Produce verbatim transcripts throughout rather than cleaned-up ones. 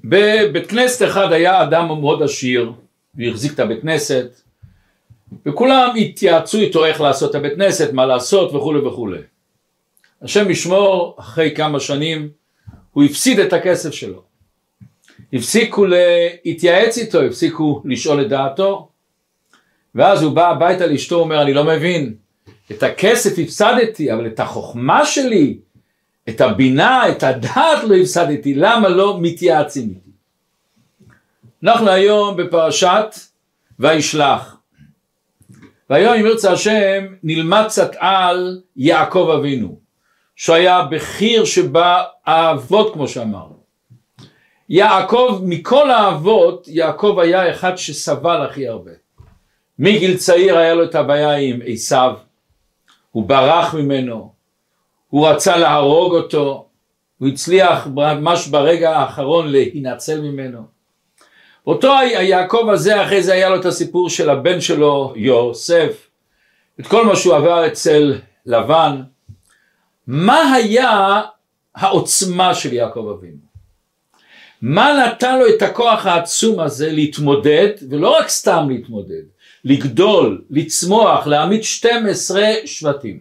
בבית כנסת אחד היה אדם מאוד עשיר, והחזיק את הבית כנסת, וכולם התייעצו איתו איך לעשות את הבית כנסת, מה לעשות וכו' וכו'. השם ישמור, אחרי כמה שנים הוא הפסיד את הכסף שלו. הפסיקו להתייעץ איתו, הפסיקו לשאול את דעתו, ואז הוא בא הביתה לאשתו, הוא אומר, אני לא מבין, את הכסף הפסדתי, אבל את החוכמה שלי, את הבינה, את הדעת לא הפסדתי, למה לא מתייעצים איתי? אנחנו היום בפרשת וישלח, והיום אם ירצה השם נלמד קצת על יעקב אבינו, שהוא היה בחיר שבה האבות כמו שאמרנו. יעקב, מכל האבות, יעקב היה אחד שסבל הכי הרבה. מגיל צעיר היה לו את הבעיה עם עשיו, הוא ברח ממנו, הוא רצה להרוג אותו, הוא הצליח ממש ברגע האחרון להינצל ממנו. אותו יעקב הזה, אחרי זה היה לו את הסיפור של הבן שלו יוסף, את כל מה שהוא עבר אצל לבן. מה היה העוצמה של יעקב אבינו? מה נתן לו את הכוח העצום הזה להתמודד, ולא רק סתם להתמודד, לגדול, לצמוח, להעמיד שנים עשר שבטים?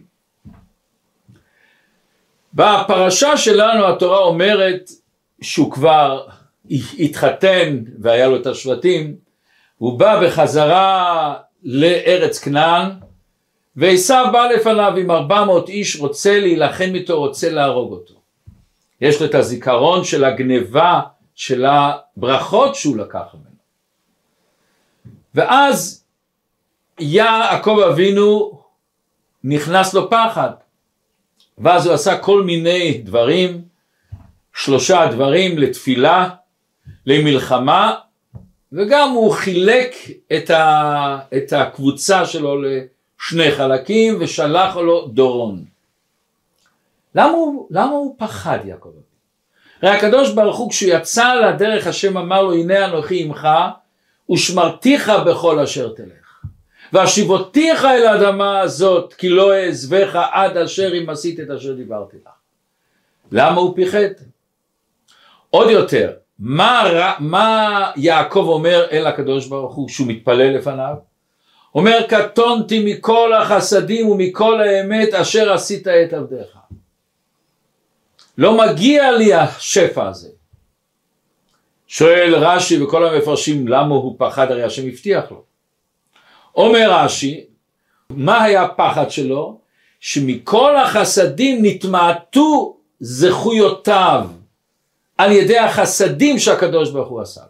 בפרשה שלנו התורה אומרת שהוא כבר התחתן והיה לו את השבטים, הוא בא בחזרה לארץ כנען, ועשיו בא לפניו עם ארבע מאות איש, רוצה להילחם איתו, רוצה להרוג אותו. יש לו את הזיכרון של הגניבה של הברכות שהוא לקח ממנו. ואז יעקב אבינו נכנס לו פחד, ואז הוא עשה כל מיני דברים, שלושה דברים לתפילה, למלחמה, וגם הוא חילק את, ה, את הקבוצה שלו לשני חלקים ושלח לו דורון. למה הוא, למה הוא פחד יעקב אבינו? הרי הקדוש ברוך הוא כשהוא יצא לדרך השם אמר לו הנה אנוכי עמך ושמרתיך בכל אשר תלך והשיבותיך אל האדמה הזאת כי לא אעזבך עד אשר אם עשית את אשר דיברתי לך. למה הוא פיחד? עוד יותר, מה, מה יעקב אומר אל הקדוש ברוך הוא כשהוא מתפלל לפניו? אומר קטונתי מכל החסדים ומכל האמת אשר עשית את עבדיך. לא מגיע לי השפע הזה. שואל רש"י וכל המפרשים למה הוא פחד, הרי השם הבטיח לו. אומר רש"י, מה היה הפחד שלו? שמכל החסדים נתמעטו זכויותיו על ידי החסדים שהקדוש ברוך הוא עשה לו.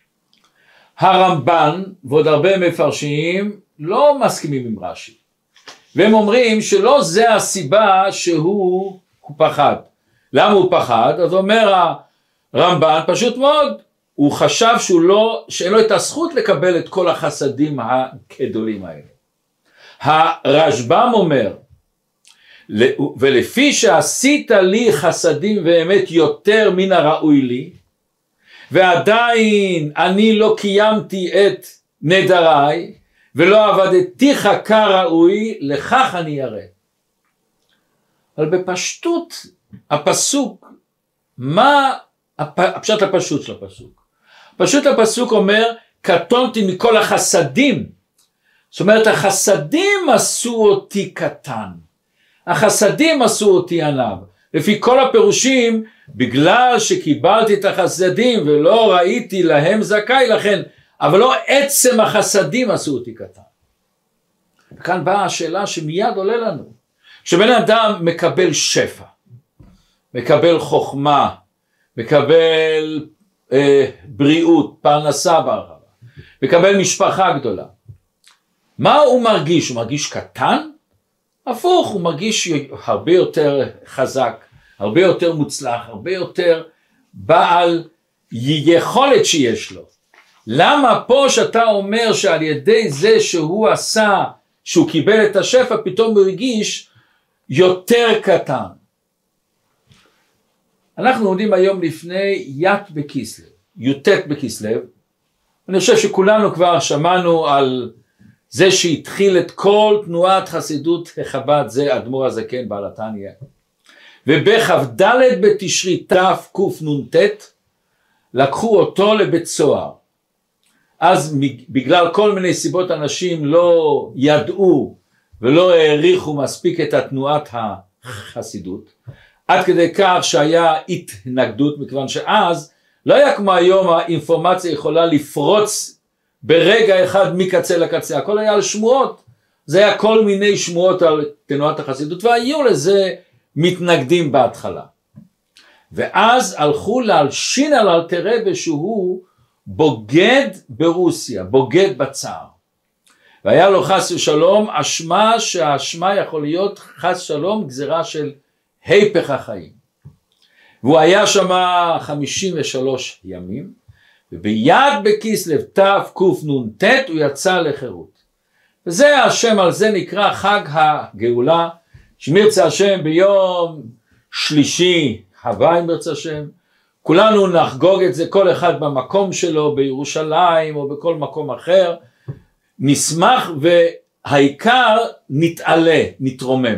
הרמב"ן ועוד הרבה מפרשים לא מסכימים עם רש"י, והם אומרים שלא זה הסיבה שהוא פחד. למה הוא פחד? אז אומר הרמב"ן פשוט מאוד, הוא חשב שהוא לא, שאין לו את הזכות לקבל את כל החסדים הגדולים האלה. הרשב"ם אומר, ולפי שעשית לי חסדים ואמת יותר מן הראוי לי, ועדיין אני לא קיימתי את נדריי, ולא עבדתיך כראוי, לכך אני ירא. אבל בפשטות הפסוק, מה הפשט הפשוט של הפסוק? פשוט הפסוק אומר, קטונתי מכל החסדים. זאת אומרת, החסדים עשו אותי קטן. החסדים עשו אותי ענב. לפי כל הפירושים, בגלל שקיבלתי את החסדים ולא ראיתי להם זכאי לכן, אבל לא עצם החסדים עשו אותי קטן. וכאן באה השאלה שמיד עולה לנו. כשבן אדם מקבל שפע, מקבל חוכמה, מקבל אה, בריאות, פרנסה ברחבה, מקבל משפחה גדולה, מה הוא מרגיש? הוא מרגיש קטן? הפוך, הוא מרגיש הרבה יותר חזק, הרבה יותר מוצלח, הרבה יותר בעל יכולת שיש לו. למה פה שאתה אומר שעל ידי זה שהוא עשה, שהוא קיבל את השפע, פתאום הוא הרגיש יותר קטן? אנחנו עומדים היום לפני ית בכסלו, י"ט בכסלו. אני חושב שכולנו כבר שמענו על זה שהתחיל את כל תנועת חסידות חב"ד, זה אדמו"ר הזקן בעל התניא. ובכ"ד בתשרי תקנ"ט לקחו אותו לבית סוהר. אז בגלל כל מיני סיבות אנשים לא ידעו ולא העריכו מספיק את התנועת החסידות, עד כדי כך שהיה התנגדות, מכיוון שאז לא היה כמו היום האינפורמציה יכולה לפרוץ ברגע אחד מקצה לקצה, הכל היה על שמועות, זה היה כל מיני שמועות על תנועת החסידות, והיו לזה מתנגדים בהתחלה. ואז הלכו להלשין על אלתר רבי שהוא בוגד ברוסיה, בוגד בצער. והיה לו חס ושלום אשמה, שהאשמה יכול להיות חס שלום גזירה של היפך החיים. והוא היה שם חמישים ושלוש ימים, וביד בכסלו תקנ"ט הוא יצא לחירות. וזה השם, על זה נקרא חג הגאולה, שמרצה השם ביום שלישי, הוואי מרצה השם, כולנו נחגוג את זה, כל אחד במקום שלו, בירושלים או בכל מקום אחר, נשמח, והעיקר נתעלה, נתרומם.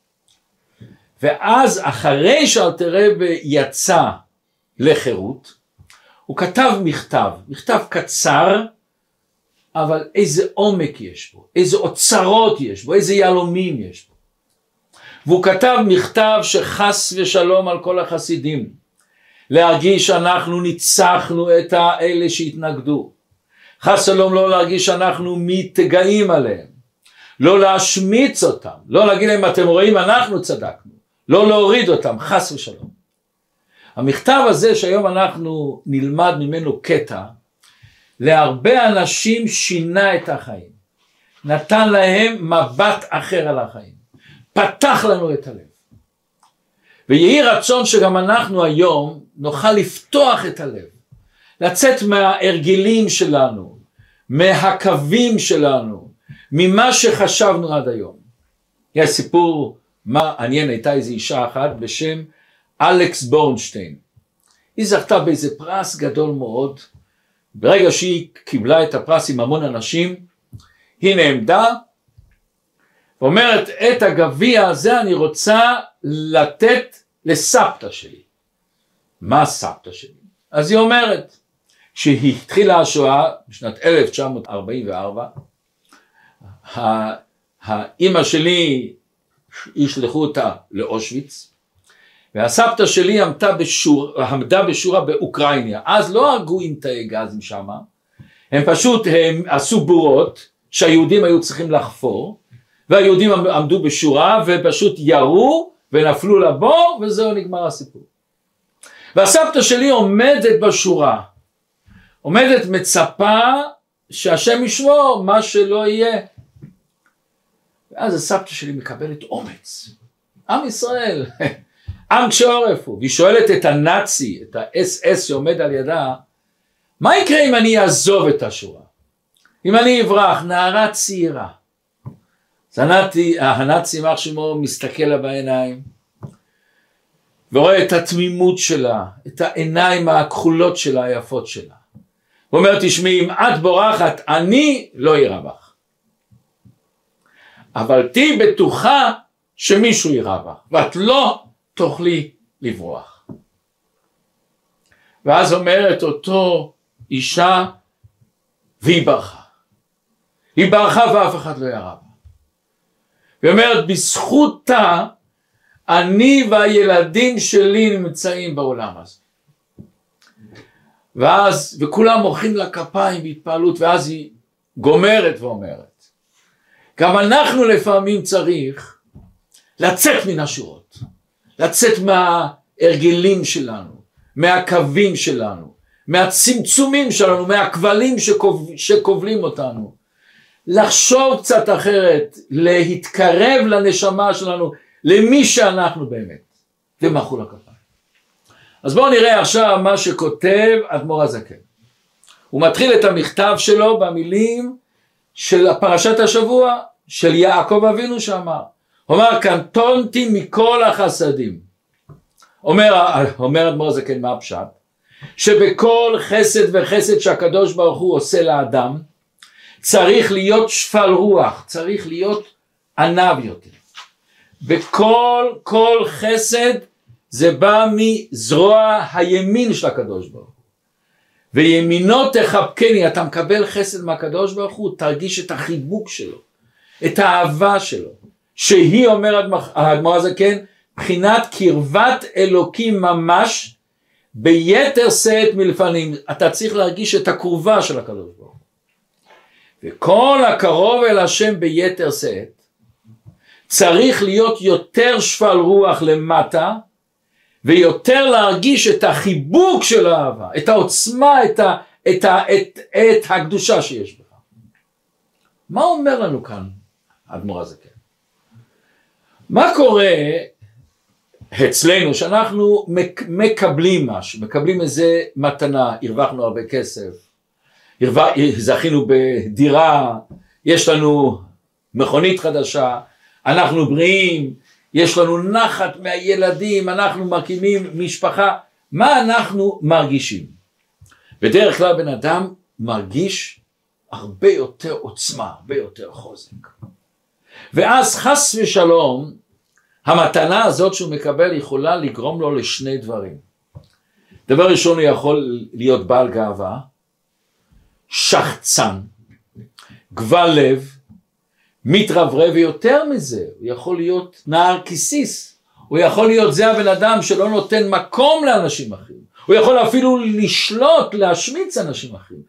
ואז אחרי שאלתר רבי יצא לחירות, הוא כתב מכתב, מכתב קצר, אבל איזה עומק יש בו, איזה אוצרות יש בו, איזה יהלומים יש בו. והוא כתב מכתב שחס ושלום על כל החסידים, להרגיש שאנחנו ניצחנו את האלה שהתנגדו, חס שלום לא להרגיש שאנחנו מתגאים עליהם, לא להשמיץ אותם, לא להגיד להם אתם רואים אנחנו צדקנו, לא להוריד אותם, חס ושלום. המכתב הזה שהיום אנחנו נלמד ממנו קטע, להרבה אנשים שינה את החיים, נתן להם מבט אחר על החיים, פתח לנו את הלב. ויהי רצון שגם אנחנו היום נוכל לפתוח את הלב, לצאת מההרגלים שלנו, מהקווים שלנו, ממה שחשבנו עד היום. יש סיפור מעניין, הייתה איזו אישה אחת בשם אלכס בורנשטיין. היא זכתה באיזה פרס גדול מאוד. ברגע שהיא קיבלה את הפרס עם המון אנשים, היא נעמדה ואומרת, את הגביע הזה אני רוצה לתת לסבתא שלי. מה סבתא שלי? אז היא אומרת, כשהיא התחילה השואה בשנת אלף תשע מאות ארבעים וארבע, האמא שלי ישלחו אותה לאושוויץ, והסבתא שלי עמדה בשורה, עמדה בשורה באוקראינה. אז לא הרגו עם תאי גזים שם, הם פשוט הם עשו בורות שהיהודים היו צריכים לחפור, והיהודים עמדו בשורה ופשוט ירו ונפלו לבור, וזהו נגמר הסיפור. והסבתא שלי עומדת בשורה, עומדת מצפה שהשם ישמור מה שלא יהיה. ואז הסבתא שלי מקבלת אומץ, עם ישראל, עם כשעורף הוא, והיא שואלת את הנאצי, את ה-אס אס שעומד על ידה, מה יקרה אם אני אעזוב את השורה? אם אני אברח, נערה צעירה. אז הנאצי, הנאצי מח שמו מסתכל לה בעיניים, ורואה את התמימות שלה, את העיניים הכחולות שלה, היפות שלה. הוא אומר, תשמעי, אם את בורחת, אני לא יירה בך. אבל תהי בטוחה שמישהו יירה בך, ואת לא תוכלי לברוח. ואז אומרת אותו אישה, והיא ברחה. היא ברחה ואף אחד לא ירה בה. והיא אומרת, בזכותה, אני והילדים שלי נמצאים בעולם הזה. ואז, וכולם מוחאים לה כפיים בהתפעלות, ואז היא גומרת ואומרת, גם אנחנו לפעמים צריך לצאת מן השורות, לצאת מההרגלים שלנו, מהקווים שלנו, מהצמצומים שלנו, מהכבלים שקוב, שקובלים אותנו, לחשוב קצת אחרת, להתקרב לנשמה שלנו, למי שאנחנו באמת, ומחאו לה כפיים. אז בואו נראה עכשיו מה שכותב אדמו"ר הזקן. הוא מתחיל את המכתב שלו במילים של פרשת השבוע, של יעקב אבינו שאמר, הוא אומר, קטונתי מכל החסדים. אומר, אומר אדמו"ר הזקן, מה הפשט? שבכל חסד וחסד שהקדוש ברוך הוא עושה לאדם, צריך להיות שפל רוח, צריך להיות ענב יותר. בכל כל חסד זה בא מזרוע הימין של הקדוש ברוך הוא. וימינו תחבקני, אתה מקבל חסד מהקדוש ברוך הוא, תרגיש את החיבוק שלו, את האהבה שלו, שהיא אומר האדמו"ר הזקן, בחינת קרבת אלוקים ממש, ביתר שאת מלפנים, אתה צריך להרגיש את הקרובה של הקדוש ברוך הוא. וכל הקרוב אל השם ביתר שאת, צריך להיות יותר שפל רוח למטה, ויותר להרגיש את החיבוק של האהבה, את העוצמה, את, ה, את, ה, את, את הקדושה שיש בך. מה אומר לנו כאן האדמו"ר הזקן? מה קורה אצלנו שאנחנו מקבלים משהו, מקבלים איזה מתנה, הרווחנו הרבה כסף, זכינו בדירה, יש לנו מכונית חדשה, אנחנו בריאים, יש לנו נחת מהילדים, אנחנו מקימים משפחה, מה אנחנו מרגישים? בדרך כלל בן אדם מרגיש הרבה יותר עוצמה, הרבה יותר חוזק. ואז חס ושלום, המתנה הזאת שהוא מקבל יכולה לגרום לו לשני דברים. דבר ראשון, הוא יכול להיות בעל גאווה, שחצן, גבל לב, מתרברב, ויותר מזה, הוא יכול להיות נרקיסיסט, הוא יכול להיות זה הבן אדם שלא נותן מקום לאנשים אחרים, הוא יכול אפילו לשלוט, להשמיץ אנשים אחרים.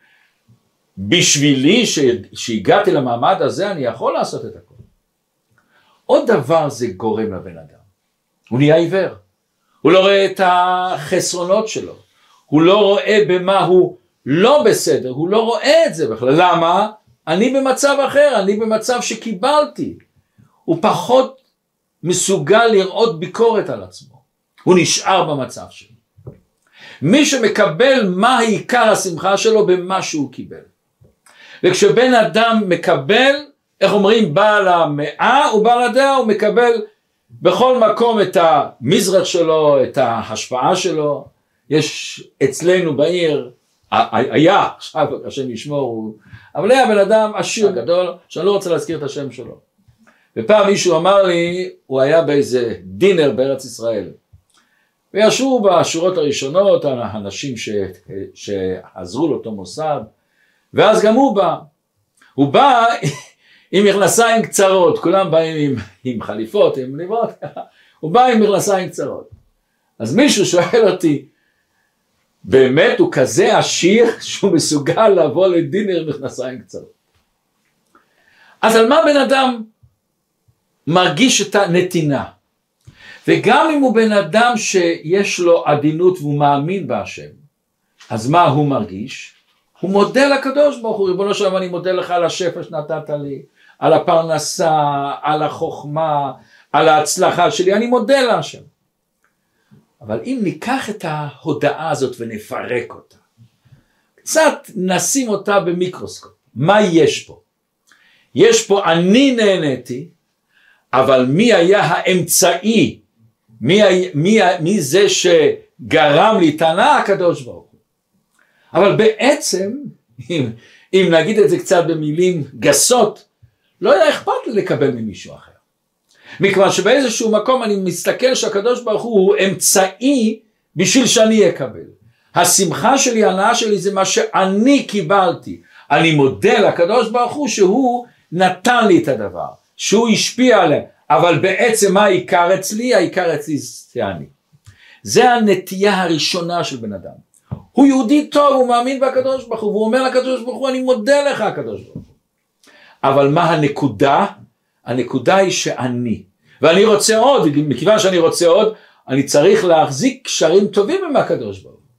בשבילי שהגעתי למעמד הזה, אני יכול לעשות את הכל. עוד דבר זה גורם לבן אדם, הוא נהיה עיוור, הוא לא רואה את החסרונות שלו, הוא לא רואה במה הוא לא בסדר, הוא לא רואה את זה בכלל. למה? אני במצב אחר, אני במצב שקיבלתי. הוא פחות מסוגל לראות ביקורת על עצמו, הוא נשאר במצב שלו. מי שמקבל מה העיקר השמחה שלו במה שהוא קיבל. וכשבן אדם מקבל, איך אומרים, בעל המאה ובעל הדעה, הוא מקבל בכל מקום את המזרח שלו, את ההשפעה שלו. יש אצלנו בעיר, היה, עכשיו השם ישמור, אבל היה בן אדם עשיר גדול, שאני לא רוצה להזכיר את השם שלו. ופעם מישהו אמר לי, הוא היה באיזה דינר בארץ ישראל, וישבו בשורות הראשונות, האנשים ש, שעזרו לאותו מוסד, ואז גם הוא בא, הוא בא עם מכנסיים קצרות, כולם באים עם, עם חליפות, עם ליבות, הוא בא עם מכנסיים קצרות. אז מישהו שואל אותי, באמת הוא כזה עשיר שהוא מסוגל לבוא לדינר מכנסיים קצרות? אז על מה בן אדם מרגיש את הנתינה? וגם אם הוא בן אדם שיש לו עדינות והוא מאמין בהשם, אז מה הוא מרגיש? הוא מודה לקדוש ברוך הוא, ריבונו של עולם, אני מודה לך על השפע שנתת לי, על הפרנסה, על החוכמה, על ההצלחה שלי, אני מודה להשם. אבל אם ניקח את ההודעה הזאת ונפרק אותה, קצת נשים אותה במיקרוסקופ, מה יש פה? יש פה אני נהניתי, אבל מי היה האמצעי? מי, מי, מי זה שגרם לי? תנה הקדוש ברוך הוא. אבל בעצם, אם, אם נגיד את זה קצת במילים גסות, לא היה אכפת לי לקבל ממישהו אחר. מכיוון שבאיזשהו מקום אני מסתכל שהקדוש ברוך הוא הוא אמצעי בשביל שאני אקבל. השמחה שלי, ההנאה שלי זה מה שאני קיבלתי. אני מודה לקדוש ברוך הוא שהוא נתן לי את הדבר, שהוא השפיע עליי, אבל בעצם מה העיקר אצלי? העיקר אצלי זה אני. זה הנטייה הראשונה של בן אדם. הוא יהודי טוב, הוא מאמין בקדוש ברוך הוא, והוא אומר לקדוש ברוך הוא, אני מודה לך הקדוש ברוך הוא. אבל מה הנקודה? הנקודה היא שאני, ואני רוצה עוד, מכיוון שאני רוצה עוד, אני צריך להחזיק קשרים טובים עם הקדוש ברוך הוא.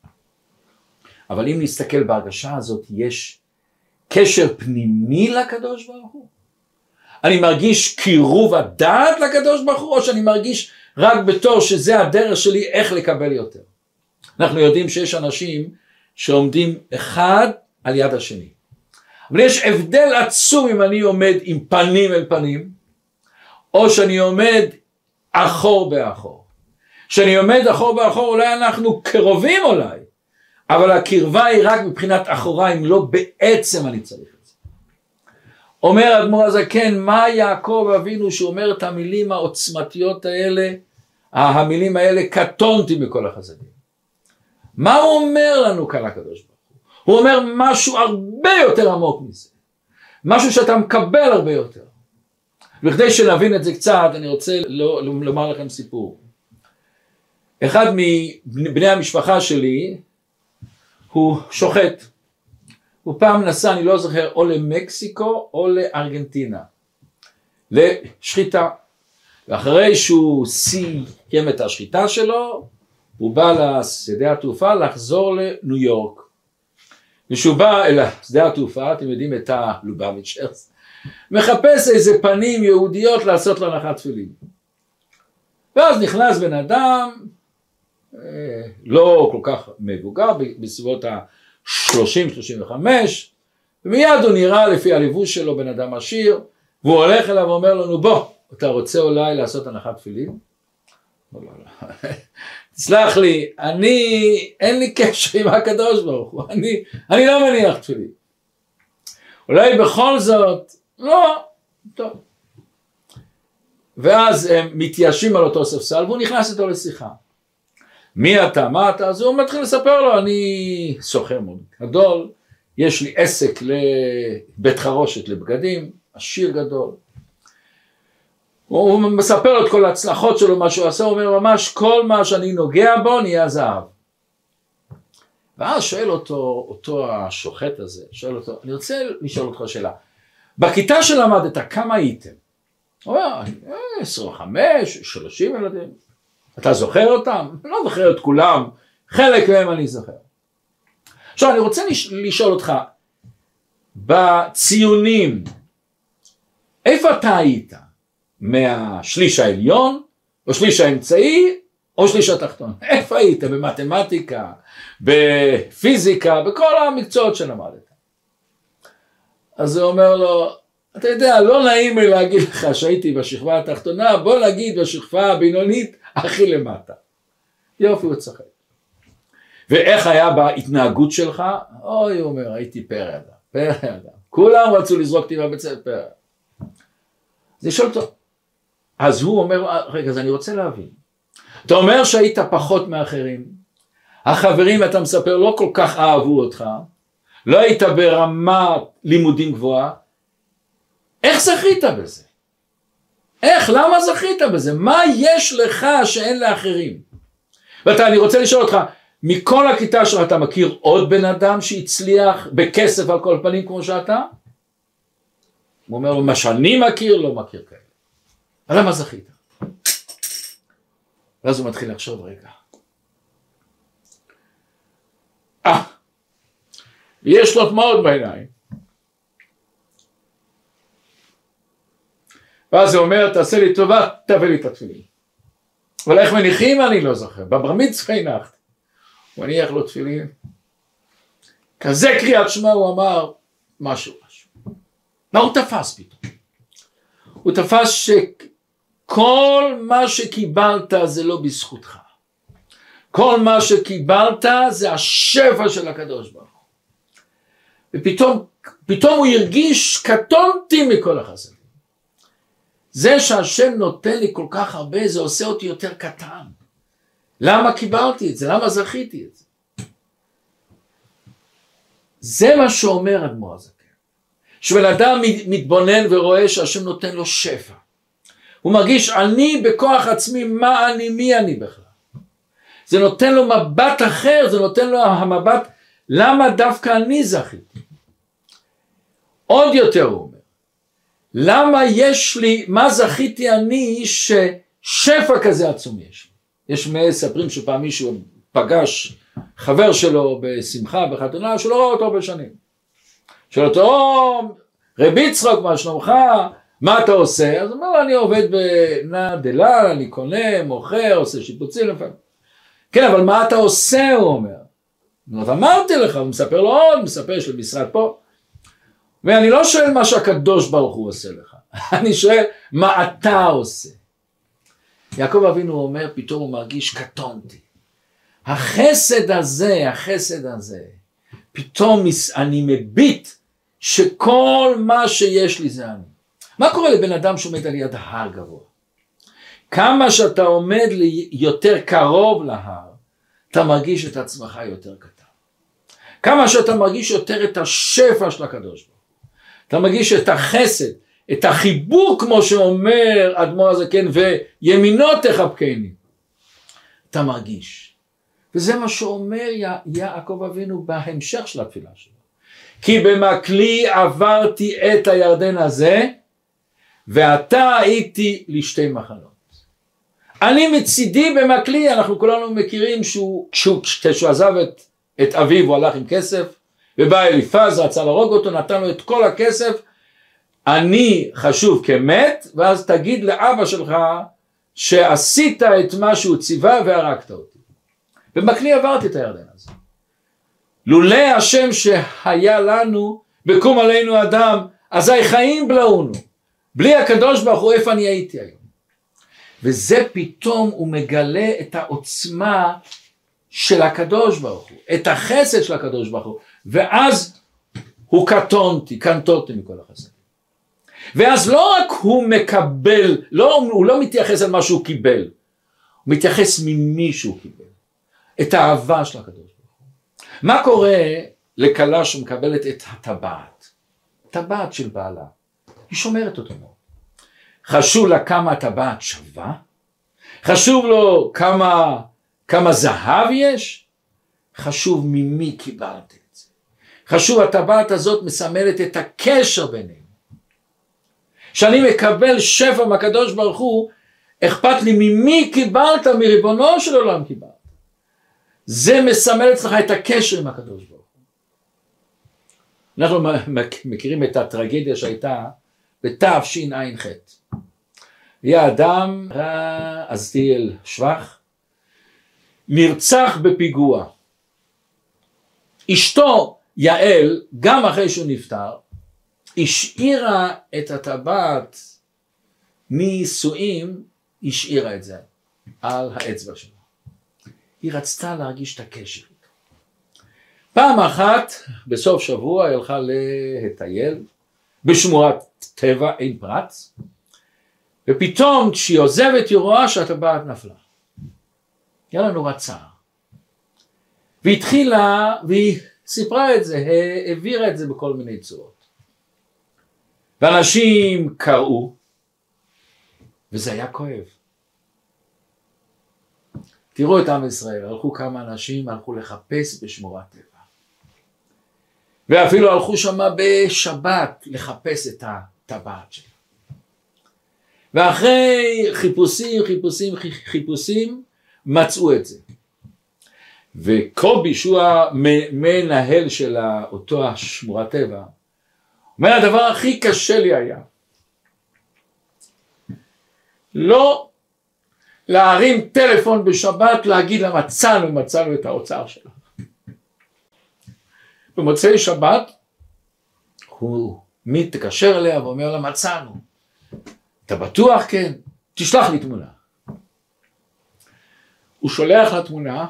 אבל אם נסתכל בהרגשה הזאת, יש קשר פנימי לקדוש ברוך הוא. אני מרגיש קירוב הדעת לקדוש ברוך הוא, או שאני מרגיש רק בתור שזה הדרך שלי איך לקבל יותר. אנחנו יודעים שיש אנשים שעומדים אחד על יד השני. אבל יש הבדל עצום אם אני עומד עם פנים אל פנים, או שאני עומד אחור באחור. כשאני עומד אחור באחור, אולי אנחנו קרובים אולי, אבל הקרבה היא רק מבחינת אחוריים, לא בעצם אני צריך את זה. אומר האדמו"ר הזקן, מה יעקב אבינו שאומר את המילים העוצמתיות האלה, המילים האלה, קטונתי מכל החסדים. מה הוא אומר לנו כאן הקדוש ברוך הוא? הוא אומר משהו הרבה יותר עמוק מזה. משהו שאתה מקבל הרבה יותר. וכדי שנבין את זה קצת, אני רוצה לא, לומר לכם סיפור. אחד מבני המשפחה שלי, הוא שוחט. הוא פעם נסע, אני לא זוכר, או למקסיקו או לארגנטינה. לשחיטה. ואחרי שהוא סיים את השחיטה שלו, הוא בא לשדה התעופה לחזור לניו יורק. כשהוא בא אל שדה התעופה, אתם יודעים את הלובביצ'רס, מחפש איזה פנים יהודיות לעשות לו הנחת תפילין. ואז נכנס בן אדם, לא כל כך מבוגר, בסביבות ה-שלושים שלושים וחמש, ומיד הוא נראה לפי הלבוש שלו בן אדם עשיר, והוא הולך אליו ואומר לנו, בוא, אתה רוצה אולי לעשות הנחת תפילין? לא, לא, לא. תסלח לי, אני, אין לי קשר עם הקדוש ברוך הוא, אני, אני לא מניח תפילין. אולי בכל זאת, לא, טוב. ואז הם מתיישבים על אותו ספסל, והוא נכנס איתו לשיחה. מי אתה, מה אתה? אז הוא מתחיל לספר לו, אני סוחר מאוד גדול, יש לי עסק לבית חרושת לבגדים, עשיר גדול. הוא מספר לו את כל ההצלחות שלו, מה שהוא עשה, הוא אומר ממש כל מה שאני נוגע בו נהיה זהב. ואז שואל אותו, אותו השוחט הזה, שואל אותו, אני רוצה לשאול אותך שאלה, בכיתה שלמדת כמה הייתם? הוא אומר, עשרים וחמש, שלושים ילדים, אתה זוכר אותם? אני לא זוכר את כולם, חלק מהם אני זוכר. עכשיו אני רוצה לשאול אותך, בציונים, איפה אתה היית? מהשליש העליון, או שליש האמצעי, או שליש התחתון? איפה היית? במתמטיקה, בפיזיקה, בכל המקצועות שלמדת. אז הוא אומר לו, אתה יודע, לא נעים לי להגיד לך שהייתי בשכבה התחתונה, בוא נגיד בשכבה הבינונית הכי למטה. יופי, הוא צחק. ואיך היה בהתנהגות שלך? אוי, הוא אומר, הייתי פרא אדם, פרא אדם. כולם רצו לזרוק אותי מהבית ספר. אז אני שואל אותו, אז הוא אומר, רגע, אז אני רוצה להבין. אתה אומר שהיית פחות מאחרים, החברים, אתה מספר, לא כל כך אהבו אותך, לא היית ברמה לימודים גבוהה, איך זכית בזה? איך? למה זכית בזה? מה יש לך שאין לאחרים? ואתה, אני רוצה לשאול אותך, מכל הכיתה שלך אתה מכיר עוד בן אדם שהצליח בכסף על כל פנים כמו שאתה? הוא אומר לו, מה שאני מכיר, לא מכיר כאלה. אבל למה זכית? ואז הוא מתחיל לחשוב רגע. אה, יש לו דמעות בעיניים. ואז הוא אומר, תעשה לי טובה, תביא לי את התפילין. אבל איך מניחים אני לא זוכר. בבר מצווה הנחתי. הוא הניח לו תפילין. כזה קריאת שמע הוא אמר, משהו משהו. מה הוא תפס פתאום? הוא תפס שכל מה שקיבלת זה לא בזכותך. כל מה שקיבלת זה השפע של הקדוש ברוך הוא. ופתאום פתאום הוא הרגיש קטונתי מכל החסדים. זה שהשם נותן לי כל כך הרבה, זה עושה אותי יותר קטן. למה קיבלתי את זה? למה זכיתי את זה? זה מה שאומר אדמו"ר הזקן. שבן אדם מתבונן ורואה שהשם נותן לו שפע. הוא מרגיש, אני בכוח עצמי, מה אני, מי אני בכלל? זה נותן לו מבט אחר, זה נותן לו המבט, למה דווקא אני זכיתי? עוד יותר הוא אומר, למה יש לי, מה זכיתי אני ששפע כזה עצום יש לי? יש מספרים שפעם מישהו פגש חבר שלו בשמחה, בחתונה, שלא ראה אותו הרבה שנים. שואל אותו, רבי יצחק, מה שלומך? מה אתה עושה? אז הוא אומר, אני עובד בנא דלאל, אני קונה, מוכר, עושה שיפוצים לפעמים. כן, אבל מה אתה עושה? הוא אומר. אז אמרתי לך, הוא מספר לו עוד, מספר, יש לי משרד פה. ואני לא שואל מה שהקדוש ברוך הוא עושה לך. אני שואל, מה אתה עושה? יעקב אבינו אומר, פתאום הוא מרגיש קטונתי. החסד הזה, החסד הזה, פתאום אני מביט שכל מה שיש לי זה אני. מה קורה לבן אדם שעומד על יד ההר גבוה? כמה שאתה עומד לי יותר קרוב להר, אתה מרגיש את עצמך יותר קטן. כמה שאתה מרגיש יותר את השפע של הקדוש ברוך הוא, אתה מרגיש את החסד, את החיבור כמו שאומר אדמו"ר הזקן, וימינו תחבקני, אתה מרגיש. וזה מה שאומר יעקב אבינו בהמשך של התפילה שלו. כי במקלי עברתי את הירדן הזה, ואתה הייתי לשתי מחנות. אני מצידי במקלי, אנחנו כולנו מכירים שהוא, כשהוא עזב את, את אביו, הוא הלך עם כסף, ובא אליפז, רצה להרוג אותו, נתן לו את כל הכסף, אני חשוב כמת, ואז תגיד לאבא שלך, שעשית את מה שהוא ציווה והרגת אותי. במקלי עברתי את הירדן הזה. לולא השם שהיה לנו, בקום עלינו אדם, אזי חיים בלעונו. בלי הקדוש ברוך הוא, איפה אני הייתי היום? וזה פתאום הוא מגלה את העוצמה של הקדוש ברוך הוא, את החסד של הקדוש ברוך הוא, ואז הוא קטונתי, קנטותי מכל החסד. ואז לא רק הוא מקבל, לא, הוא לא מתייחס על מה שהוא קיבל, הוא מתייחס ממי שהוא קיבל, את האהבה של הקדוש ברוך הוא. מה קורה לכלה שמקבלת את הטבעת? טבעת של בעלה, היא שומרת אותו מאוד. חשוב לה כמה הטבעת שווה, חשוב לו כמה, כמה זהב יש, חשוב ממי קיבלת את זה. חשוב, הטבעת הזאת מסמלת את הקשר בינינו. שאני מקבל שפע מהקדוש ברוך הוא, אכפת לי ממי קיבלת, מריבונו של עולם קיבלת. זה מסמל אצלך את הקשר עם הקדוש ברוך הוא. אנחנו מכירים את הטרגדיה שהייתה בתשע"ח. היה אדם, עזתיאל שבח, נרצח בפיגוע. אשתו יעל, גם אחרי שהוא נפטר, השאירה את הטבעת נישואים, השאירה את זה על האצבע שלה. היא רצתה להרגיש את הקשר איתו. פעם אחת בסוף שבוע היא הלכה להטייל בשמורת טבע, אין פרץ, ופתאום כשהיא עוזבת היא רואה שהטבעת נפלה. היה לנו רצה. והתחילה, והיא סיפרה את זה, העבירה את זה בכל מיני צורות. ואנשים קראו, וזה היה כואב. תראו את עם ישראל, הלכו כמה אנשים, הלכו לחפש בשמורת טבע. ואפילו הלכו שמה בשבת לחפש את הטבעת שלה. ואחרי חיפושים, חיפושים, חיפושים, מצאו את זה. וקובי, שהוא המנהל של אותו שמורת טבע, אומר, הדבר הכי קשה לי היה, לא להרים טלפון בשבת, להגיד לה, מצאנו, מצאנו את האוצר שלה. במוצאי שבת, הוא מתקשר אליה ואומר לה, מצאנו. אתה בטוח? כן. תשלח לי תמונה. הוא שולח לה תמונה,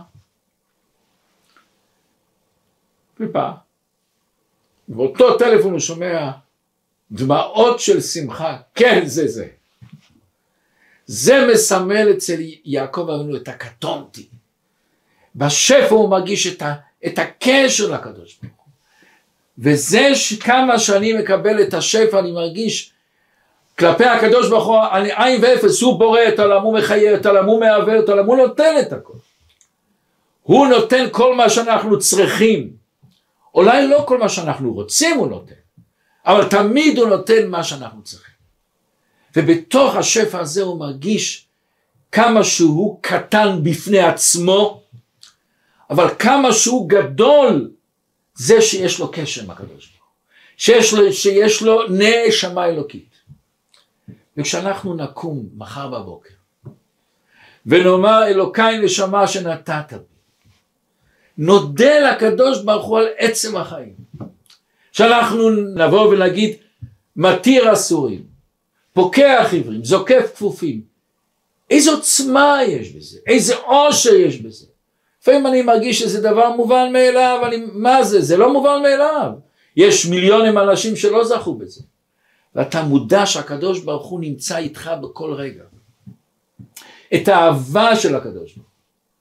ובא. באותו טלפון הוא שומע דמעות של שמחה. כן, זה זה. זה מסמל אצל יעקב אבינו את הקטונתי. בשפע הוא מרגיש את, ה, את הקשר לקדוש ברוך הוא. וזה כמה שאני מקבל את השפע, אני מרגיש כלפי הקדוש ברוך הוא, אני עין ואפס, הוא בורא את העולם, הוא מחיה את העולם, הוא מעבר את העולם, הוא נותן את הכל. הוא נותן כל מה שאנחנו צריכים. אולי לא כל מה שאנחנו רוצים הוא נותן, אבל תמיד הוא נותן מה שאנחנו צריכים. ובתוך השפע הזה הוא מרגיש כמה שהוא קטן בפני עצמו, אבל כמה שהוא גדול, זה שיש לו קשר עם הקדוש ברוך הוא, שיש לו, שיש לו נשמה אלוקית. וכשאנחנו נקום מחר בבוקר, ונאמר אלוקיי נשמה שנתת בי, נודה לקדוש ברוך הוא על עצם החיים. שאנחנו נבוא ונגיד, מתיר אסורים, פוקח עיוורים, זוקף כפופים. איזו עוצמה יש בזה, איזה עושר יש בזה. לפעמים אני מרגיש שזה דבר מובן מאליו, אני, מה זה? זה לא מובן מאליו. יש מיליונים אנשים שלא זכו בזה. ואתה מודע שהקדוש ברוך הוא נמצא איתך בכל רגע. את האהבה של הקדוש ברוך הוא.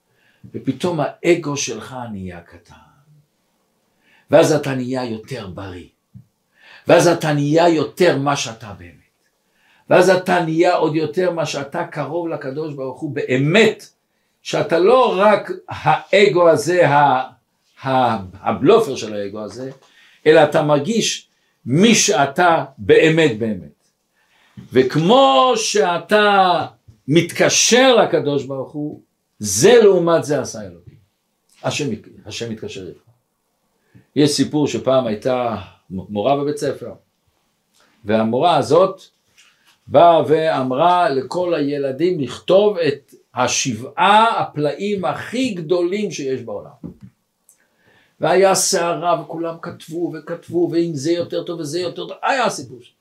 ופתאום האגו שלך נהיה קטן, ואז אתה נהיה יותר בריא, ואז אתה נהיה יותר מה שאתה באמת, ואז אתה נהיה עוד יותר מה שאתה קרוב לקדוש ברוך הוא באמת, שאתה לא רק האגו הזה, הבלופר של האגו הזה, אלא אתה מרגיש מי שאתה באמת באמת. וכמו שאתה מתקשר לקדוש ברוך הוא, זה לעומת זה עשה אלוקים. השם, השם מתקשר איתך. יש סיפור שפעם הייתה מורה בבית ספר, והמורה הזאת באה ואמרה לכל הילדים לכתוב את השבעה הפלאים הכי גדולים שיש בעולם. והיה שערה וכולם כתבו וכתבו, ואם זה יותר טוב וזה יותר טוב, היה הסיפור שלו.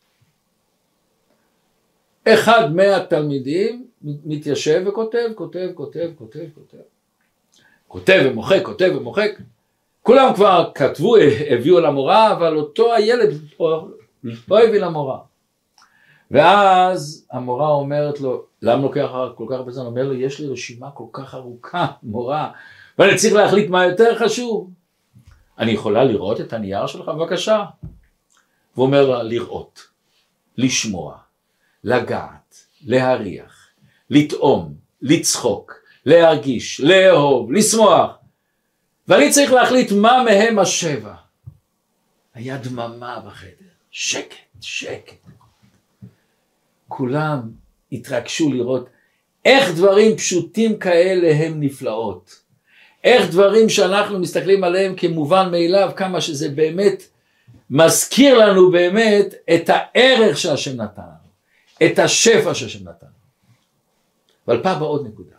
אחד מהתלמידים מתיישב וכותב, כותב, כותב, כותב, כותב. כותב ומוחק, כותב ומוחק. כולם כבר כתבו, הביאו למורה, אבל אותו הילד לא הביא למורה. ואז המורה אומרת לו, למה לוקח כל כך הרבה זמן? אומר לו, יש לי רשימה כל כך ארוכה, מורה, ואני צריך להחליט מה יותר חשוב. אני יכולה לראות את הנייר שלך? בבקשה. והוא אומר לה, לראות, לשמוע, לגעת, להריח, לטעום, לצחוק, להרגיש, לאהוב, לשמוח. ואני צריך להחליט מה מהם השבע. היה דממה בחדר, שקט, שקט. כולם התרגשו לראות איך דברים פשוטים כאלה הם נפלאות. איך דברים שאנחנו מסתכלים עליהם כמובן מאליו, כמה שזה באמת מזכיר לנו באמת את הערך שהשם נתן לנו, את השפע שהשם נתן לנו. אבל פעם בעוד נקודה.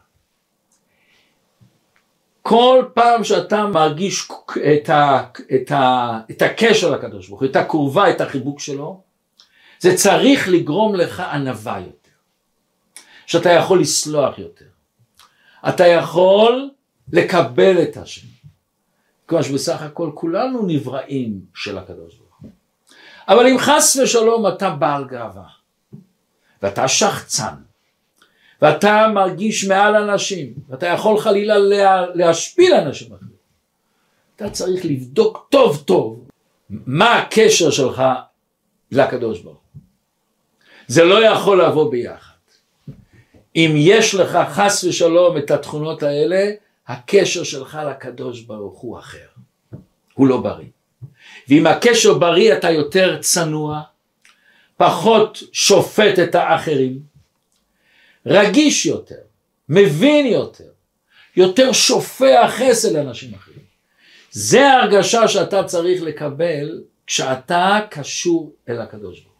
כל פעם שאתה מרגיש את, ה, את, ה, את הקשר לקדוש ברוך הוא, את הקרבה, את החיבוק שלו, זה צריך לגרום לך ענווה יותר. שאתה יכול לסלוח יותר. אתה יכול לקבל את השם. כמו שבסך הכל כולנו נבראים של הקדוש ברוך הוא. אבל אם חס ושלום אתה בעל גאווה, ואתה שחצן, ואתה מרגיש מעל אנשים, ואתה יכול חלילה לה, להשפיל אנשים אחרים, אתה צריך לבדוק טוב טוב מה הקשר שלך לקדוש ברוך הוא. זה לא יכול לבוא ביחד. אם יש לך חס ושלום את התכונות האלה, הקשר שלך לקדוש ברוך הוא אחר. הוא לא בריא. ואם הקשר בריא אתה יותר צנוע, פחות שופט את האחרים, רגיש יותר, מבין יותר, יותר שופע חסד לאנשים אחרים. זה ההרגשה שאתה צריך לקבל כשאתה קשור אל הקדוש ברוך הוא.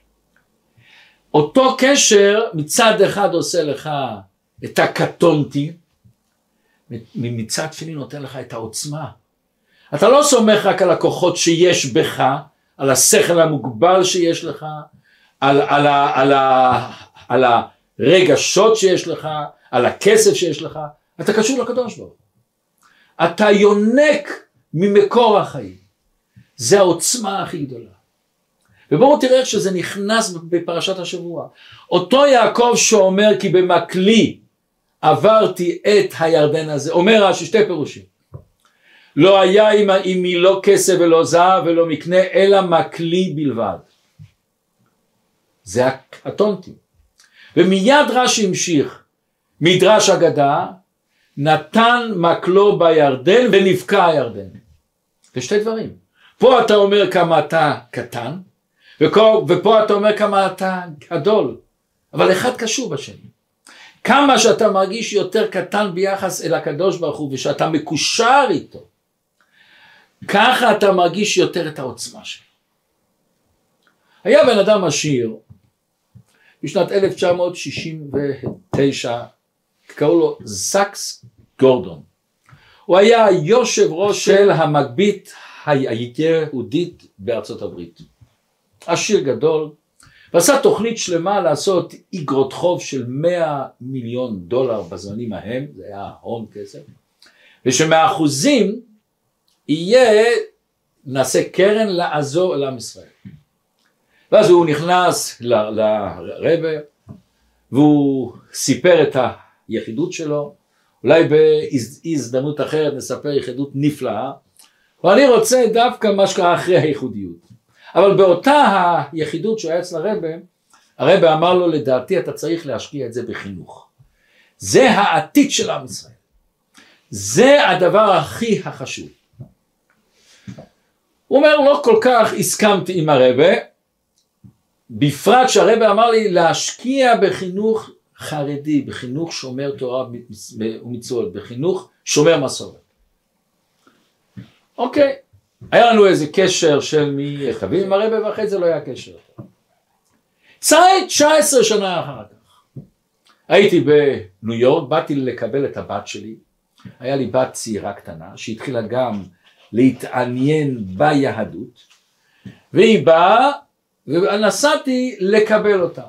אותו קשר מצד אחד עושה לך את הקטונתי, מצד שני נותן לך את העוצמה. אתה לא סומך רק על הכוחות שיש בך, על השכל המוגבל שיש לך, על, על, ה, על, ה, על הרגשות שיש לך, על הכסף שיש לך, אתה קשור לקדוש ברוך הוא. אתה יונק ממקור החיים. זה העוצמה הכי גדולה. ובואו תראה איך שזה נכנס בפרשת השבוע. אותו יעקב שאומר כי במקלי עברתי את הירדן הזה, אומר רש"י שתי פירושים. לא היה עמי לא כסף ולא זהב ולא מקנה אלא מקלי בלבד. זה הקטונתי. ומיד רש"י המשיך, מדרש אגדה, נתן מקלו בירדן ונבקע הירדן. זה שתי דברים. פה אתה אומר כמה אתה קטן, ופה אתה אומר כמה אתה גדול, אבל אחד קשור בשני. כמה שאתה מרגיש יותר קטן ביחס אל הקדוש ברוך הוא, ושאתה מקושר איתו, ככה אתה מרגיש יותר את העוצמה שלו. היה בן אדם עשיר, בשנת אלף תשע מאות שישים ותשע, קראו לו זקס גורדון. הוא היה יושב ראש של המגבית היהודית בארצות הברית. עשיר גדול, ועשה תוכנית שלמה לעשות איגרות חוב של מאה מיליון דולר בזמנים ההם, זה היה הון כסף, ושמאחוזים יהיה, נעשה קרן לעזור לעם ישראל. ואז הוא נכנס לרבע, והוא סיפר את היחידות שלו, אולי בהזדמנות אחרת נספר ייחודיות נפלאה, ואני רוצה דווקא מה שקרה אחרי הייחודיות. אבל באותה היחידות שהוא היה אצל הרבי, הרבי אמר לו, לדעתי אתה צריך להשקיע את זה בחינוך. זה העתיד של עם ישראל. זה הדבר הכי החשוב. הוא אומר, לא כל כך הסכמתי עם הרבי, בפרט שהרבי אמר לי להשקיע בחינוך חרדי, בחינוך שומר תורה ומצוות, בחינוך שומר מסורת. אוקיי, היה לנו איזה קשר של מי חביב עם הרבי, ואחרי זה לא היה קשר. תשע עשרה שנה אחר כך, הייתי בניו יורק, באתי לקבל את הבת שלי, היה לי בת צעירה קטנה, שהתחילה גם להתעניין ביהדות, והיא באה, ונסעתי לקבל אותה.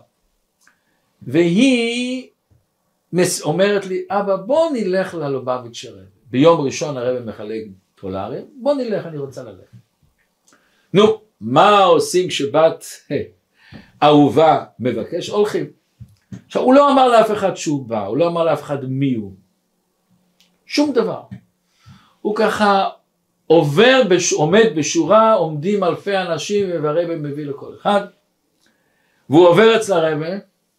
והיא אומרת לי, אבא בוא נלך ללובביץ' הרבי. ביום ראשון הרבי מחלק דולרים, בוא נלך, אני רוצה ללכת. נו, מה עושים כשבת אהובה מבקש? הולכים. עכשיו, הוא לא אמר לאף אחד שהוא בא, הוא לא אמר לאף אחד מי הוא. שום דבר. הוא ככה עובר, בש... עומד בשורה, עומדים אלפי אנשים, והרבי מביא לכל אחד. והוא עובר אצל הרבי,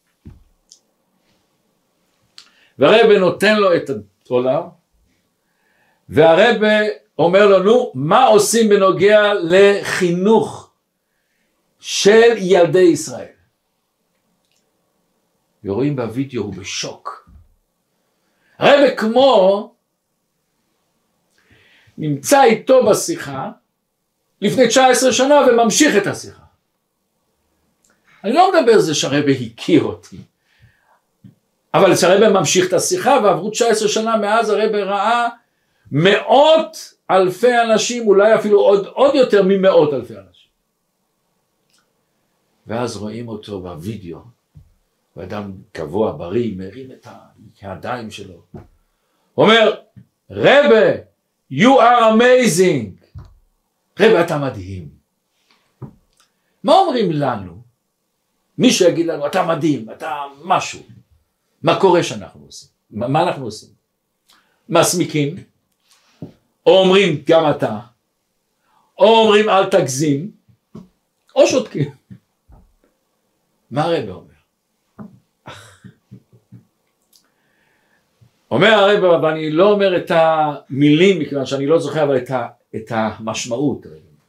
והרבי נותן לו את הדולר, והרבי אומר לו, נו, מה עושים בנוגע לחינוך של ילדי ישראל? ורואים בווידאו, הוא בשוק. הרבי כמו נמצא איתו בשיחה לפני תשע עשרה שנה וממשיך את השיחה. אני לא מדבר על זה שהרבי הכיר אותי, אבל שהרבי ממשיך את השיחה, ועברו תשע עשרה שנה מאז הרבי ראה מאות אלפי אנשים, אולי אפילו עוד, עוד יותר ממאות אלפי אנשים. ואז רואים אותו בווידאו, הוא אדם קבוע, בריא, מרים את הידיים שלו. הוא אומר, רבי, you are amazing. רבי, אתה מדהים. מה אומרים לנו? מי שיגיד לנו, אתה מדהים, אתה משהו. מה קורה שאנחנו עושים? מה, מה אנחנו עושים? מסמיקים, או אומרים גם אתה, או אומרים אל תגזים, או שותקים. מה הרבי אומר? אומר הרבי, ואני לא אומר את המילים, מכיוון שאני לא זוכר, אבל את, ה, את המשמעות.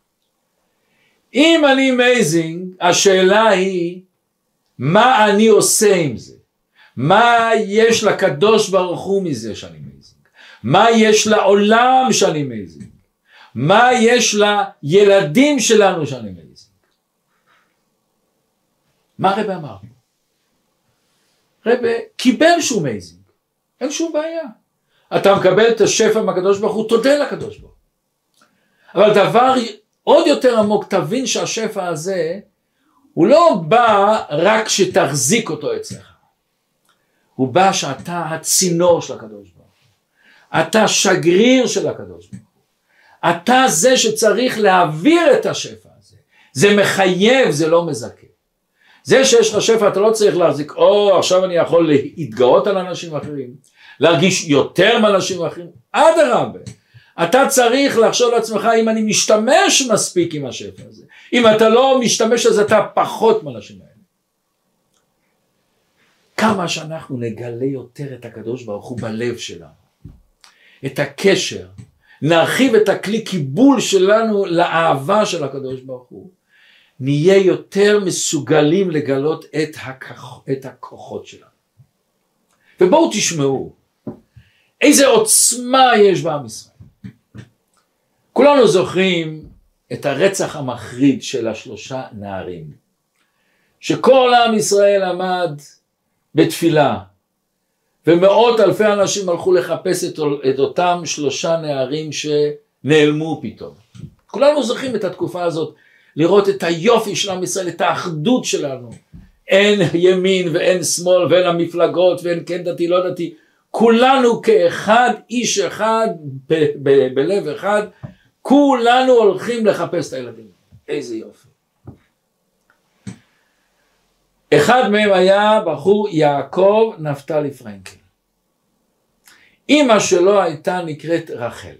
אם אני amazing, השאלה היא, מה אני עושה עם זה? מה יש לקדוש ברוך הוא מזה שאני amazing? מה יש לעולם שאני amazing? מה יש לילדים שלנו שאני amazing? מה הרבי אמר? רבי קיבל שהוא amazing. אין שום בעיה. אתה מקבל את השפע מהקדוש ברוך הוא, תודה לקדוש ברוך הוא. אבל דבר עוד יותר עמוק, תבין שהשפע הזה, הוא לא בא רק שתחזיק אותו אצלך. הוא בא שאתה הצינור של הקדוש ברוך הוא. אתה שגריר של הקדוש ברוך הוא. אתה זה שצריך להעביר את השפע הזה. זה מחייב, זה לא מזכה. זה שיש לך שפע, אתה לא צריך להחזיק, או עכשיו אני יכול להתגאות על אנשים אחרים, להרגיש יותר מאנשים אחרים, אדרבה. אתה צריך לחשוב לעצמך, אם אני משתמש מספיק עם השפע הזה. אם אתה לא משתמש, אז אתה פחות מאנשים האלה. כמה שאנחנו נגלה יותר את הקדוש ברוך הוא בלב שלנו, את הקשר, נרחיב את הכלי קיבול שלנו לאהבה של הקדוש ברוך הוא, נהיה יותר מסוגלים לגלות את, הכח, את הכוחות שלנו. ובואו תשמעו, איזה עוצמה יש בעם ישראל. כולנו זוכרים את הרצח המחריד של השלושה נערים, שכל עם ישראל עמד בתפילה, ומאות אלפי אנשים הלכו לחפש את, את אותם שלושה נערים שנעלמו פתאום. כולנו זוכרים את התקופה הזאת, לראות את היופי של עם ישראל, את האחדות שלנו. אין ימין ואין שמאל ואין המפלגות ואין כן דתי לא דתי, כולנו כאחד, איש אחד, ב- ב- בלב אחד, כולנו הולכים לחפש את הילדים. איזה יופי. אחד מהם היה בחור יעקב נפתלי פרנקל. אמא שלו הייתה נקראת רחל.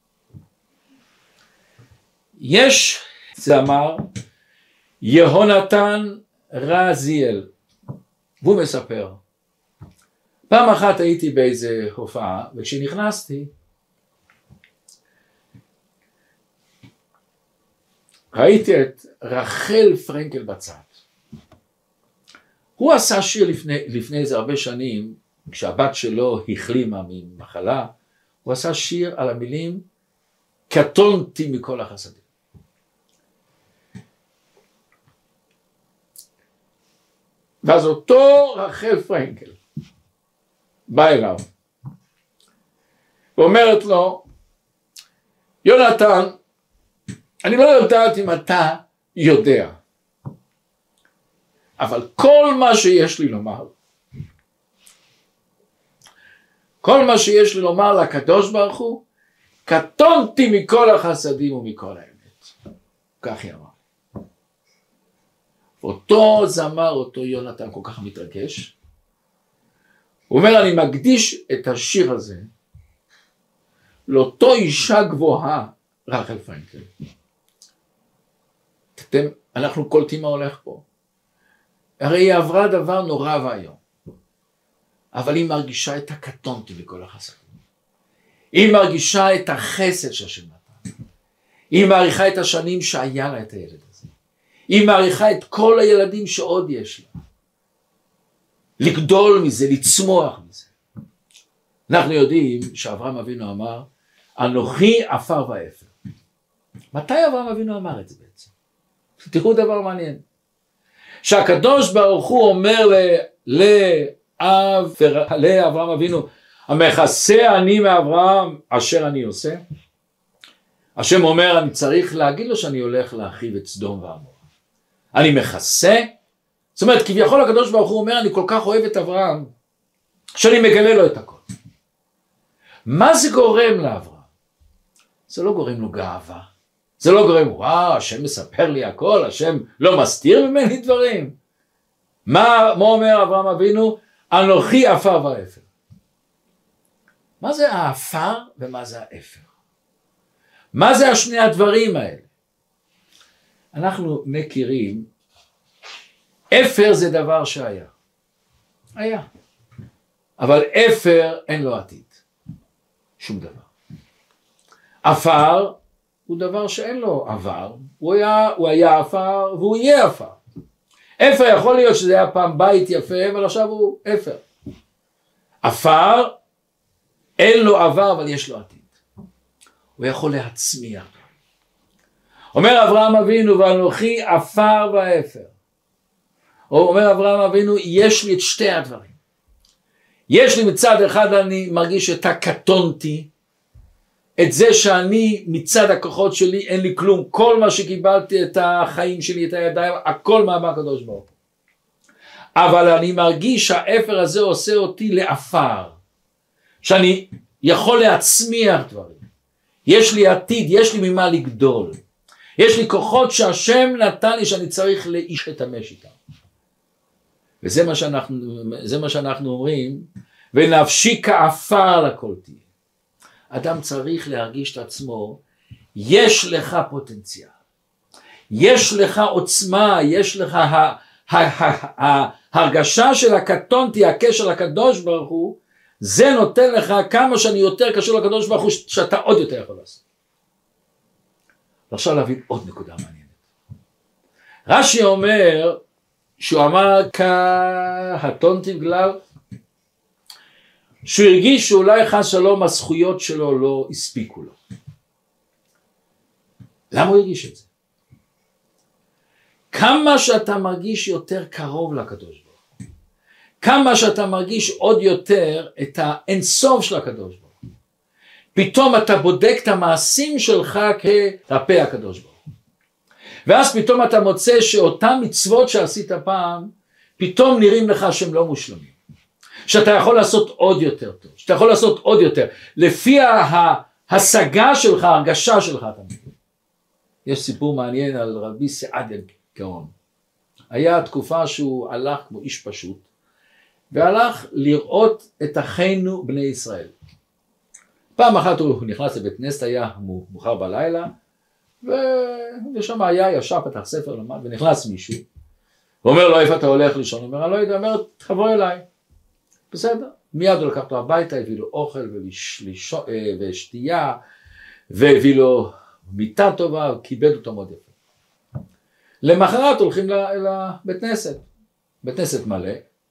יש זמר יהונתן רזיאל, והוא מספר, פעם אחת הייתי באיזה הופעה, וכשנכנסתי ראיתי את רחל פרנקל בצד. הוא עשה שיר לפני, לפני איזה הרבה שנים, כשהבת שלו החלימה ממחלה, הוא עשה שיר על המילים, קטונתי מכל החסדים. ואז אותו רחל פרנקל בא אליו ואומרת לו, יונתן, אני לא יודעת אם אתה יודע, אבל כל מה שיש לי לומר, כל מה שיש לי לומר לקדוש ברוך הוא, קטונתי מכל החסדים ומכל האמת. כך היא אמרה. אותו זמר, אותו יונתן כל כך מתרגש, הוא אומר, אני מקדיש את השיר הזה לאותו אישה גבוהה, רחל פרנקל. אתם, אנחנו קולטים מה הולך פה. הרי היא עברה דבר נורא והיום, אבל היא מרגישה את הקטונתי בכל החסדים. היא מרגישה את החסד שהשם נתן. היא מעריכה את השנים שהיה לה את הילד הזה. היא מעריכה את כל הילדים שעוד יש לה. לגדול מזה, לצמוח מזה. אנחנו יודעים שאברהם אבינו אמר, אנוכי עפר ואפר. מתי אברהם אבינו אמר את זה בעצם? תראו דבר מעניין. שהקדוש ברוך הוא אומר לאב, לאברהם אבינו, המכסה אני מאברהם אשר אני עושה. השם אומר, אני צריך להגיד לו שאני הולך להרחיב את סדום ועמורה. אני מכסה, זאת אומרת, כביכול הקדוש ברוך הוא אומר, אני כל כך אוהב את אברהם, שאני מגלה לו את הכל. מה זה גורם לאברהם? זה לא גורם לו גאווה. זה לא גורם, וואו, השם מספר לי הכל, השם לא מסתיר ממני דברים. מה, מה אומר אברהם אבינו? אנוכי עפר ואפר. מה זה העפר ומה זה האפר? מה זה השני הדברים האלה? אנחנו מכירים, אפר זה דבר שהיה. היה. אבל אפר אין לו עתיד. שום דבר. עפר הוא דבר שאין לו עבר. הוא היה, הוא היה עפר והוא יהיה עפר. אפר יכול להיות שזה היה פעם בית יפה, אבל עכשיו הוא אפר. עפר אין לו עבר אבל יש לו עתיד. הוא יכול להצמיח. אומר אברהם אבינו, ואנוכי עפר ואפר. הוא אומר אברהם אבינו, יש לי את שתי הדברים. יש לי מצד אחד, אני מרגיש את הקטונתי, את זה שאני מצד הכוחות שלי אין לי כלום, כל מה שקיבלתי, את החיים שלי, את הידיים, הכל מהבא הקדוש ברוך הוא. אבל אני מרגיש שהאפר הזה עושה אותי לעפר, שאני יכול להצמיח דברים. יש לי עתיד, יש לי ממה לגדול. יש לי כוחות שהשם נתן לי שאני צריך להשתמש איתם. וזה מה שאנחנו, זה מה שאנחנו אומרים, ונפשי כעפר לכל תהיה. אדם צריך להרגיש את עצמו, יש לך פוטנציאל. יש לך עוצמה, יש לך ההרגשה של הקטונתי, הקשר לקדוש ברוך הוא, זה נותן לך כמה שאני יותר קשור לקדוש ברוך הוא, שאתה עוד יותר יכול לעשות. ועכשיו להבין עוד נקודה מעניינת. רש"י אומר, שהוא אמר כהתונתי בגלל, שהוא הרגיש שאולי חס שלום הזכויות שלו לא הספיקו לו. למה הוא הרגיש את זה? כמה שאתה מרגיש יותר קרוב לקדוש ברוך הוא, כמה שאתה מרגיש עוד יותר את האינסוף של הקדוש ברוך הוא, פתאום אתה בודק את המעשים שלך כלפי הקדוש ברוך הוא. ואז פתאום אתה מוצא שאותם מצוות שעשית פעם, פתאום נראים לך שהם לא מושלמים. שאתה יכול לעשות עוד יותר טוב, שאתה יכול לעשות עוד יותר. לפי ההשגה שלך, ההרגשה שלך, אתה מבין. יש סיפור מעניין על רבי סעדיה גאון. היה תקופה שהוא הלך כמו איש פשוט, והלך לראות את אחינו בני ישראל. פעם אחת הוא נכנס לבית כנסת, היה מאוחר בלילה, ושם היה ישר פתח ספר למד, ונכנס מישהו, הוא אומר לו איפה אתה הולך לישון, הוא אומר, אני לא יודע, הוא אומר, תבוא אליי, בסדר, מיד הוא לקח אותו הביתה, הביא לו אוכל ושתייה, והביא לו מיטה טובה, וכיבד אותו מאוד יפה. למחרת הולכים לבית כנסת, בית כנסת מלא,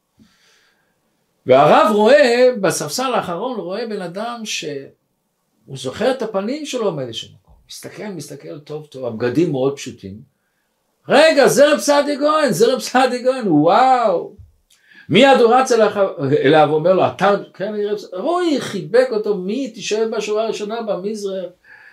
והרב רואה, בספסל האחרון, רואה בן אדם שהוא זוכר את הפנים שלו מאיזשהו מקום, מסתכל, מסתכל טוב טוב, הבגדים מאוד פשוטים, רגע, זה רב סעדיה גאון, זה רב סעדיה גאון, וואו, מיד הוא רץ אליו ואומר לו, אתה, כן, אני רב סעדיה, רואי, חיבק אותו, מי תשב בשורה הראשונה במזרח,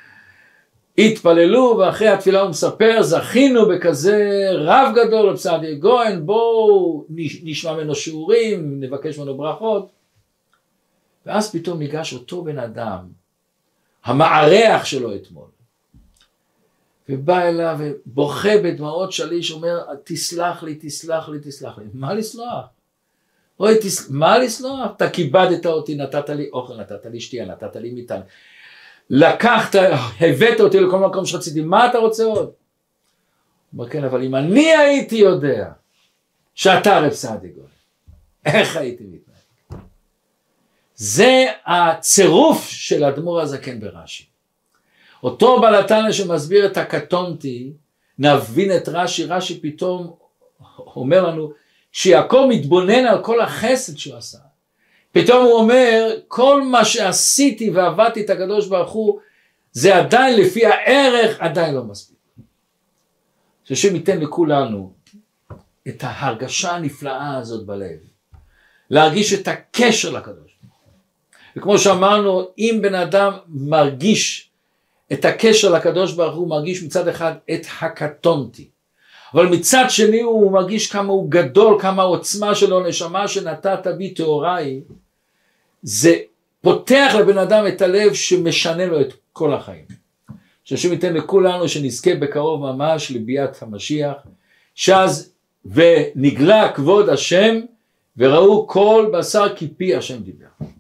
התפללו, ואחרי התפילה הוא מספר, זכינו בכזה רב גדול, רב סעדיה גאון, בואו נשמע ממנו שיעורים, נבקש ממנו ברכות, ואז פתאום ניגש אותו בן אדם, המארח שלו אתמול, ובא אליו ובוכה בדמעות שליש, אומר, תסלח לי, תסלח לי, תסלח לי. מה לסלוח? אוי, תס... מה לסלוח? אתה כיבדת אותי, נתת לי אוכל, נתת לי שתייה, נתת לי מיטה. לקחת, הבאת אותי לכל מקום שרציתי, מה אתה רוצה עוד? הוא אומר, כן, אבל אם אני הייתי יודע שאתה רב סעדיה גאון, איך הייתי מתנהג? זה הצירוף של האדמו"ר הזקן ברש"י. אותו בעל התניא שמסביר את הקטונתי, נבין את רש"י, רש"י פתאום אומר לנו, שיעקב מתבונן על כל החסד שהוא עשה, פתאום הוא אומר, כל מה שעשיתי ועבדתי את הקדוש ברוך הוא, זה עדיין לפי הערך, עדיין לא מספיק. שהשם ייתן לכולנו את ההרגשה הנפלאה הזאת בלב, להרגיש את הקשר לקדוש ברוך הוא. וכמו שאמרנו, אם בן אדם מרגיש את הקשר לקדוש ברוך הוא, מרגיש מצד אחד את הקטונתי, אבל מצד שני הוא מרגיש כמה הוא גדול, כמה העוצמה שלו, נשמה שנתת בי טהוראי, זה פותח לבן אדם את הלב שמשנה לו את כל החיים. שהשם ייתן לכולנו שנזכה בקרוב ממש לביאת המשיח, שאז ונגלה כבוד השם, וראו כל בשר כי פי השם דיבר.